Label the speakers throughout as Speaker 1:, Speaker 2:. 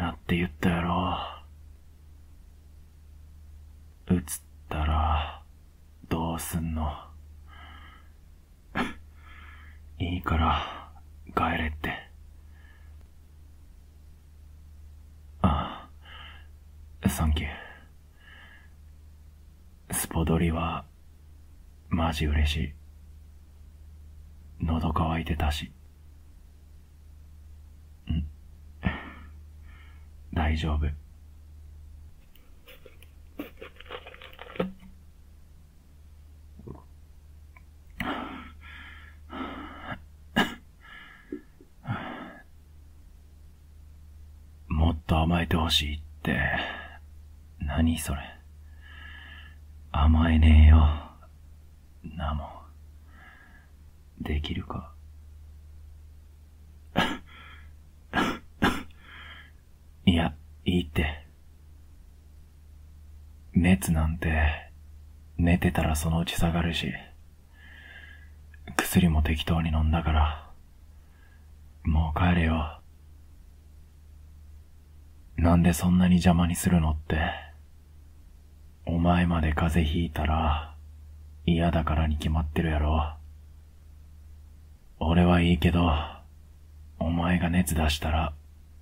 Speaker 1: なって言ったやろ。映ったら、どうすんの。いいから、帰れって。ああ、サンキュー。スポドリは、マジ嬉しい。喉乾いてたし。大丈夫。もっと甘えてほしいって、何それ。甘えねえよ。なも。できるか。いや、いいって。熱なんて、寝てたらそのうち下がるし、薬も適当に飲んだから、もう帰れよ。なんでそんなに邪魔にするのって。お前まで風邪ひいたら、嫌だからに決まってるやろ。俺はいいけど、お前が熱出したら、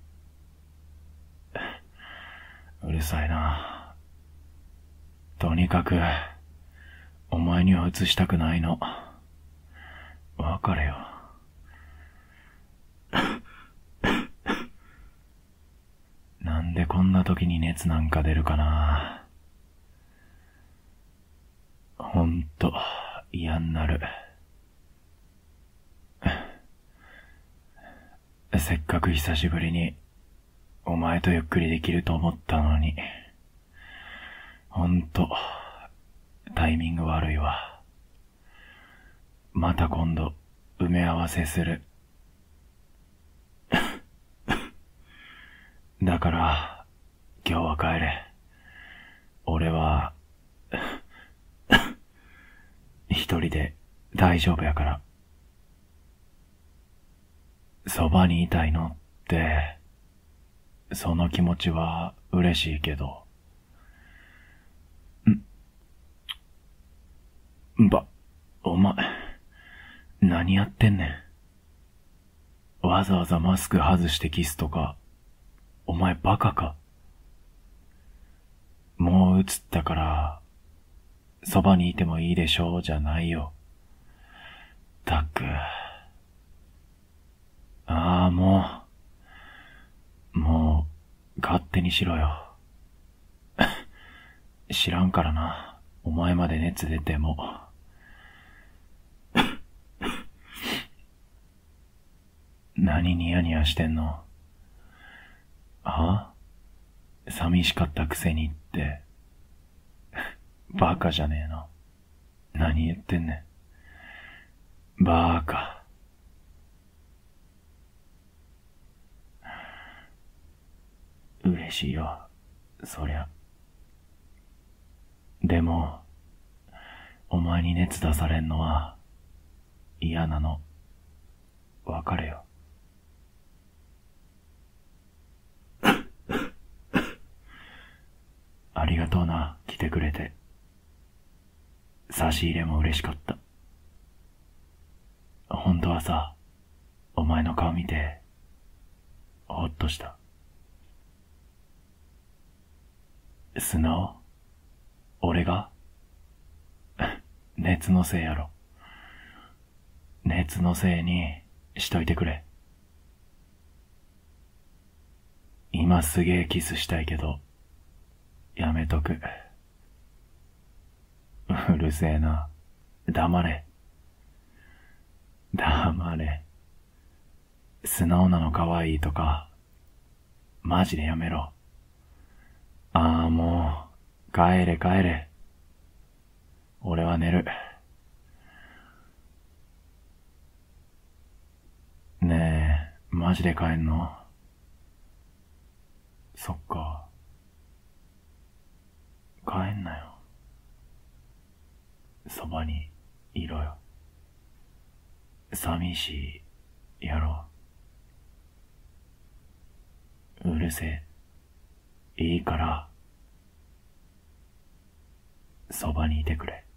Speaker 1: うるさいな。とにかく、お前には移したくないの。別れよ。なんでこんな時に熱なんか出るかな。ほんと、嫌になる。せっかく久しぶりに、お前とゆっくりできると思ったのに。ほんと、タイミング悪いわ。また今度、埋め合わせする。だから、今日は帰れ。俺は、一人で大丈夫やから。そばにいたいのって、その気持ちは嬉しいけど。お前、何やってんねん。わざわざマスク外してキスとか、お前バカか。もう映ったから、そばにいてもいいでしょうじゃないよ。たく。ああ、もう、勝手にしろよ。知らんからな。お前まで熱出ても。何ニヤニヤしてんの？は？寂しかったくせにって。バカじゃねえの。何言ってんねん。バカ。嬉しいよ。そりゃ。でも、お前に熱出されんのは嫌なの。別れよ。ありがとうな、来てくれて。差し入れも嬉しかった。本当はさ、お前の顔見て、ほっとした。素直？俺が？熱のせいやろ。熱のせいにしといてくれ。今すげえキスしたいけど、やめとく。うるせえな。黙れ。黙れ。素直なの可愛いとか、マジでやめろ。ああ、もう、帰れ帰れ。俺は寝る。ねえ、マジで帰んの？そっか。帰んなよ。そばにいろよ。寂しいやろ。うるせえ。 いいから、そばにいてくれ。